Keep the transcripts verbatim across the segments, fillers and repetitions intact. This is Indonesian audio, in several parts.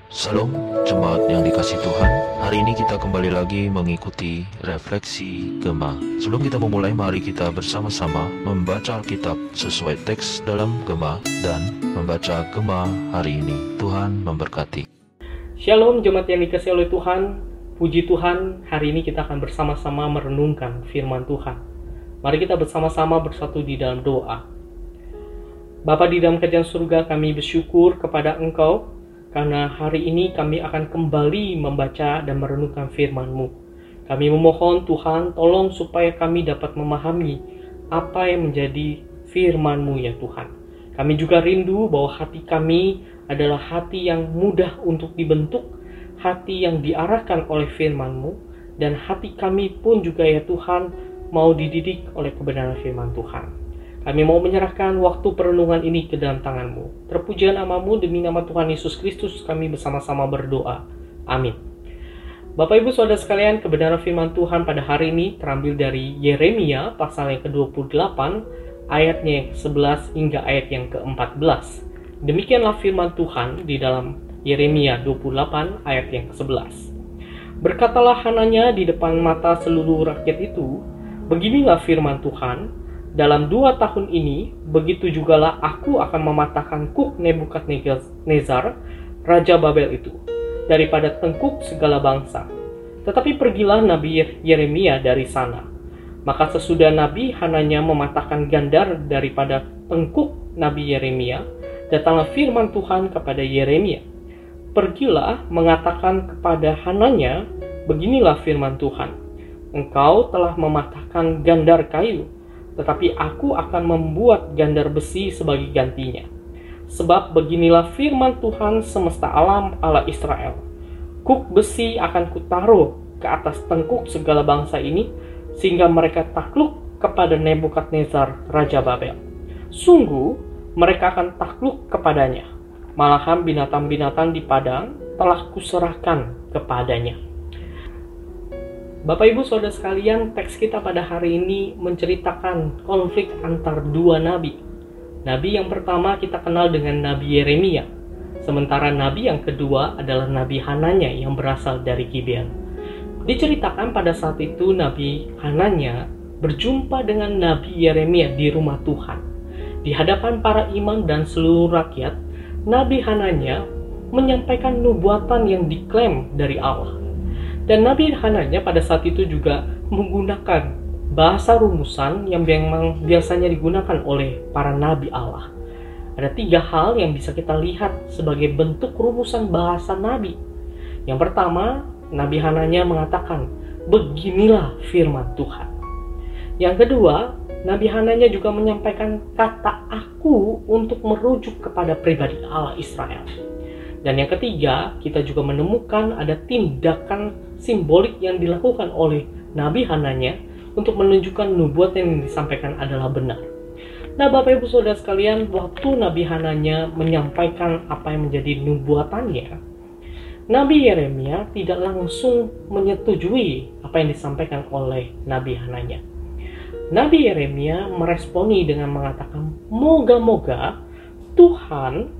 Salam jemaat yang dikasih Tuhan. Hari ini kita kembali lagi mengikuti refleksi Gema. Sebelum kita memulai, mari kita bersama-sama membaca Alkitab sesuai teks dalam Gema dan membaca Gema hari ini. Tuhan memberkati. Shalom jemaat yang dikasihi oleh Tuhan. Puji Tuhan, hari ini kita akan bersama-sama merenungkan firman Tuhan. Mari kita bersama-sama bersatu di dalam doa. Bapa di dalam kerajaan surga, kami bersyukur kepada Engkau karena hari ini kami akan kembali membaca dan merenungkan firman-Mu. Kami memohon Tuhan, tolong supaya kami dapat memahami apa yang menjadi firman-Mu ya Tuhan. Kami juga rindu bahwa hati kami adalah hati yang mudah untuk dibentuk, hati yang diarahkan oleh firman-Mu, dan hati kami pun juga ya Tuhan mau dididik oleh kebenaran firman Tuhan. Kami mau menyerahkan waktu perenungan ini ke dalam tangan-Mu. Terpujilah nama-Mu, demi nama Tuhan Yesus Kristus kami bersama-sama berdoa. Amin. Bapak Ibu Saudara sekalian, kebenaran firman Tuhan pada hari ini terambil dari Yeremia pasal yang ke dua puluh delapan, ayatnya yang ke sebelas hingga ayat yang ke empat belas. Demikianlah firman Tuhan di dalam Yeremia dua puluh delapan ayat yang ke sebelas. Berkatalah Hananya di depan mata seluruh rakyat itu, beginilah firman Tuhan, dalam dua tahun ini, begitu jugalah aku akan mematahkan kuk Nebukadnezar, Raja Babel itu, daripada tengkuk segala bangsa. Tetapi pergilah Nabi Yeremia dari sana. Maka sesudah Nabi Hananya mematahkan gandar daripada tengkuk Nabi Yeremia, datanglah firman Tuhan kepada Yeremia. Pergilah mengatakan kepada Hananya, beginilah firman Tuhan, engkau telah mematahkan gandar kayu, tetapi aku akan membuat gandar besi sebagai gantinya. Sebab beginilah firman Tuhan semesta alam Allah Israel. Kuk besi akan kutaruh ke atas tengkuk segala bangsa ini, sehingga mereka takluk kepada Nebukadnezar Raja Babel. Sungguh, mereka akan takluk kepadanya. Malahan binatang-binatang di padang telah kuserahkan kepadanya. Bapak Ibu Saudara sekalian, teks kita pada hari ini menceritakan konflik antar dua nabi. Nabi yang pertama kita kenal dengan Nabi Yeremia, sementara nabi yang kedua adalah Nabi Hananya yang berasal dari Gibeon. Diceritakan pada saat itu Nabi Hananya berjumpa dengan Nabi Yeremia di rumah Tuhan. Di hadapan para imam dan seluruh rakyat, Nabi Hananya menyampaikan nubuatan yang diklaim dari Allah. Dan Nabi Hananya pada saat itu juga menggunakan bahasa rumusan yang memang biasanya digunakan oleh para nabi Allah. Ada tiga hal yang bisa kita lihat sebagai bentuk rumusan bahasa nabi. Yang pertama, Nabi Hananya mengatakan, beginilah firman Tuhan. Yang kedua, Nabi Hananya juga menyampaikan kata aku untuk merujuk kepada pribadi Allah Israel. Dan yang ketiga, kita juga menemukan ada tindakan simbolik yang dilakukan oleh Nabi Hananya untuk menunjukkan nubuat yang disampaikan adalah benar. Nah, Bapak Ibu Saudara sekalian, waktu Nabi Hananya menyampaikan apa yang menjadi nubuatannya, Nabi Yeremia tidak langsung menyetujui apa yang disampaikan oleh Nabi Hananya. Nabi Yeremia meresponi dengan mengatakan, moga-moga Tuhan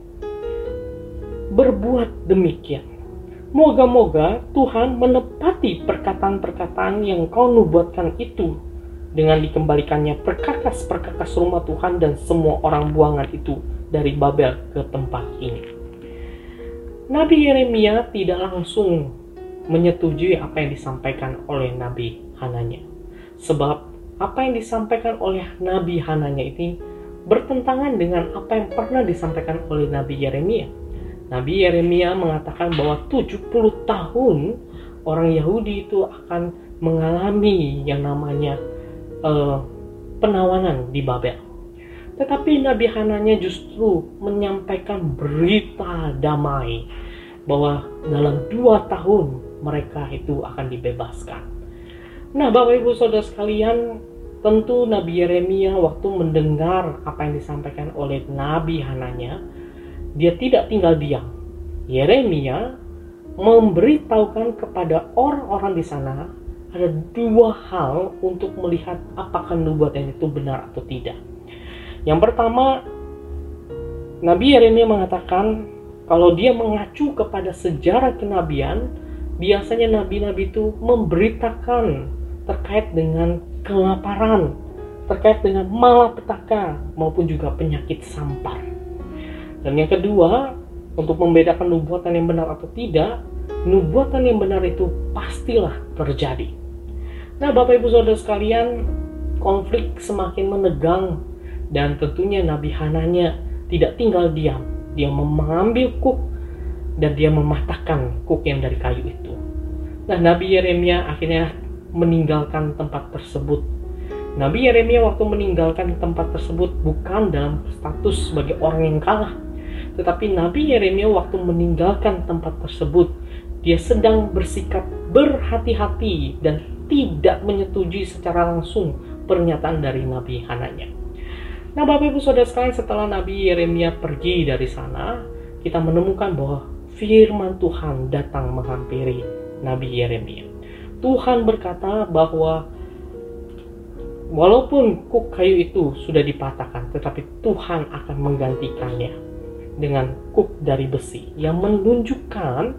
berbuat demikian. Moga-moga Tuhan menepati perkataan-perkataan yang kau nubuatkan itu dengan dikembalikannya perkakas-perkakas rumah Tuhan dan semua orang buangan itu dari Babel ke tempat ini. Nabi Yeremia tidak langsung menyetujui apa yang disampaikan oleh Nabi Hananya. Sebab apa yang disampaikan oleh Nabi Hananya ini bertentangan dengan apa yang pernah disampaikan oleh Nabi Yeremia. Nabi Yeremia mengatakan bahwa tujuh puluh tahun orang Yahudi itu akan mengalami yang namanya uh, penawanan di Babel. Tetapi Nabi Hananya justru menyampaikan berita damai bahwa dalam dua tahun mereka itu akan dibebaskan. Nah, Bapak Ibu Saudara sekalian, tentu Nabi Yeremia waktu mendengar apa yang disampaikan oleh Nabi Hananya, dia tidak tinggal diam. Yeremia memberitahukan kepada orang-orang di sana ada dua hal untuk melihat apakah nubuatan itu benar atau tidak. Yang pertama, Nabi Yeremia mengatakan kalau dia mengacu kepada sejarah kenabian, biasanya nabi-nabi itu memberitakan terkait dengan kelaparan, terkait dengan malapetaka, maupun juga penyakit sampar. Dan yang kedua, untuk membedakan nubuatan yang benar atau tidak, nubuatan yang benar itu pastilah terjadi. Nah, Bapak Ibu Saudara sekalian, konflik semakin menegang, dan tentunya Nabi Hananya tidak tinggal diam. Dia mengambil kuk dan dia mematahkan kuk yang dari kayu itu. Nah, Nabi Yeremia akhirnya meninggalkan tempat tersebut. Nabi Yeremia waktu meninggalkan tempat tersebut bukan dalam status sebagai orang yang kalah, tetapi Nabi Yeremia waktu meninggalkan tempat tersebut, dia sedang bersikap berhati-hati dan tidak menyetujui secara langsung pernyataan dari Nabi Hananya. Nah, Bapak Ibu Saudara sekalian, setelah Nabi Yeremia pergi dari sana, kita menemukan bahwa firman Tuhan datang menghampiri Nabi Yeremia. Tuhan berkata bahwa walaupun kuk kayu itu sudah dipatahkan, tetapi Tuhan akan menggantikannya dengan kuk dari besi, yang menunjukkan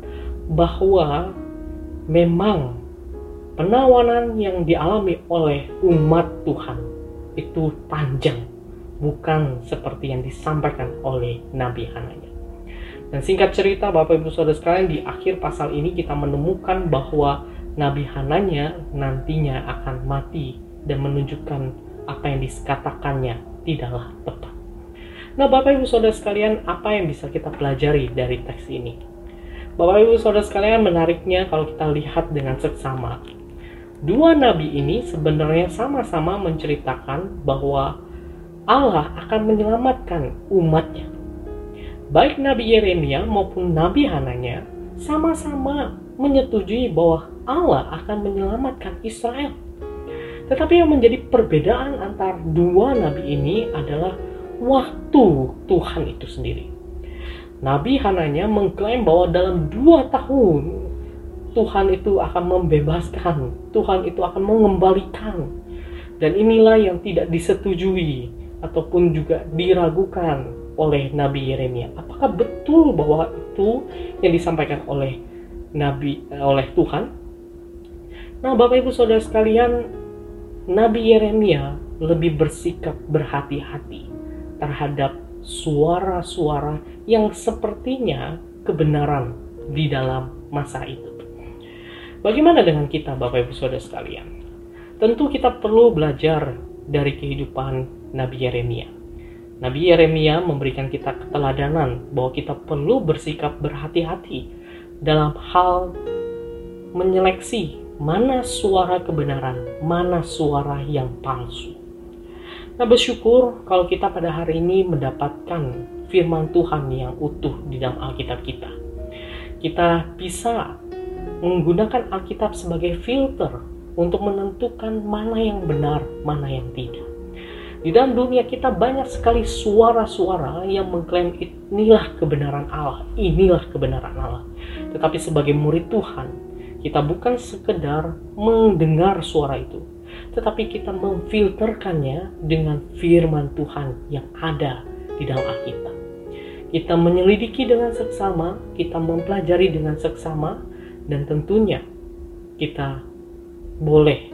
bahwa memang penawanan yang dialami oleh umat Tuhan itu panjang, bukan seperti yang disampaikan oleh Nabi Hananya. Dan singkat cerita, Bapak Ibu Saudara sekalian, di akhir pasal ini kita menemukan bahwa Nabi Hananya nantinya akan mati dan menunjukkan apa yang dikatakannya tidaklah tepat. Nah, Bapak Ibu Saudara sekalian, apa yang bisa kita pelajari dari teks ini? Bapak Ibu Saudara sekalian, menariknya kalau kita lihat dengan seksama, dua nabi ini sebenarnya sama-sama menceritakan bahwa Allah akan menyelamatkan umatnya. Baik Nabi Yeremia maupun Nabi Hananya sama-sama menyetujui bahwa Allah akan menyelamatkan Israel. Tetapi yang menjadi perbedaan antara dua nabi ini adalah waktu Tuhan itu sendiri. Nabi Hananya mengklaim bahwa dalam dua tahun Tuhan itu akan membebaskan, Tuhan itu akan mengembalikan. Dan inilah yang tidak disetujui ataupun juga diragukan oleh Nabi Yeremia. Apakah betul bahwa itu yang disampaikan oleh Nabi oleh Tuhan? Nah, Bapak Ibu Saudara sekalian, Nabi Yeremia lebih bersikap berhati-hati terhadap suara-suara yang sepertinya kebenaran di dalam masa itu. Bagaimana dengan kita, Bapak Ibu Saudara sekalian? Tentu kita perlu belajar dari kehidupan Nabi Yeremia. Nabi Yeremia memberikan kita keteladanan bahwa kita perlu bersikap berhati-hati dalam hal menyeleksi mana suara kebenaran, mana suara yang palsu. Nah, bersyukur kalau kita pada hari ini mendapatkan firman Tuhan yang utuh di dalam Alkitab kita. Kita bisa menggunakan Alkitab sebagai filter untuk menentukan mana yang benar, mana yang tidak. Di dalam dunia kita banyak sekali suara-suara yang mengklaim inilah kebenaran Allah, inilah kebenaran Allah. Tetapi sebagai murid Tuhan, kita bukan sekedar mendengar suara itu, tetapi kita memfilterkannya dengan firman Tuhan yang ada di dalam Alkitab. Kita menyelidiki dengan seksama, kita mempelajari dengan seksama, dan tentunya kita boleh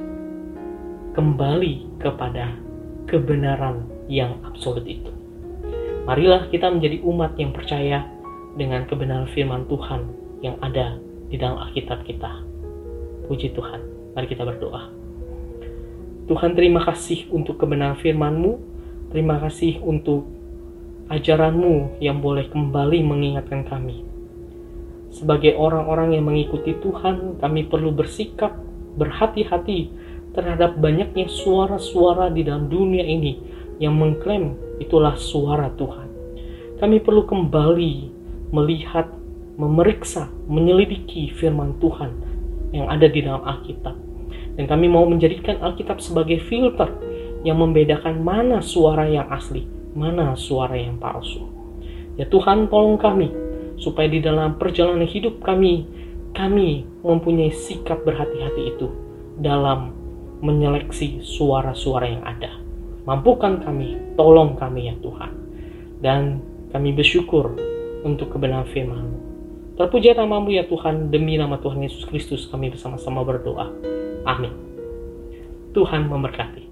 kembali kepada kebenaran yang absolut itu. Marilah kita menjadi umat yang percaya dengan kebenaran firman Tuhan yang ada di dalam Alkitab kita. Puji Tuhan. Mari kita berdoa. Tuhan, terima kasih untuk kebenaran firman-Mu. Terima kasih untuk ajaran-Mu yang boleh kembali mengingatkan kami. Sebagai orang-orang yang mengikuti Tuhan, kami perlu bersikap berhati-hati terhadap banyaknya suara-suara di dalam dunia ini yang mengklaim itulah suara Tuhan. Kami perlu kembali melihat, memeriksa, menyelidiki firman Tuhan yang ada di dalam Alkitab. Dan kami mau menjadikan Alkitab sebagai filter yang membedakan mana suara yang asli, mana suara yang palsu. Ya Tuhan, tolong kami supaya di dalam perjalanan hidup kami, kami mempunyai sikap berhati-hati itu dalam menyeleksi suara-suara yang ada. Mampukan kami, tolong kami ya Tuhan. Dan kami bersyukur untuk kebenaran firman-Mu. Terpuji nama-Mu ya Tuhan, demi nama Tuhan Yesus Kristus kami bersama-sama berdoa. Amin. Tuhan memberkati.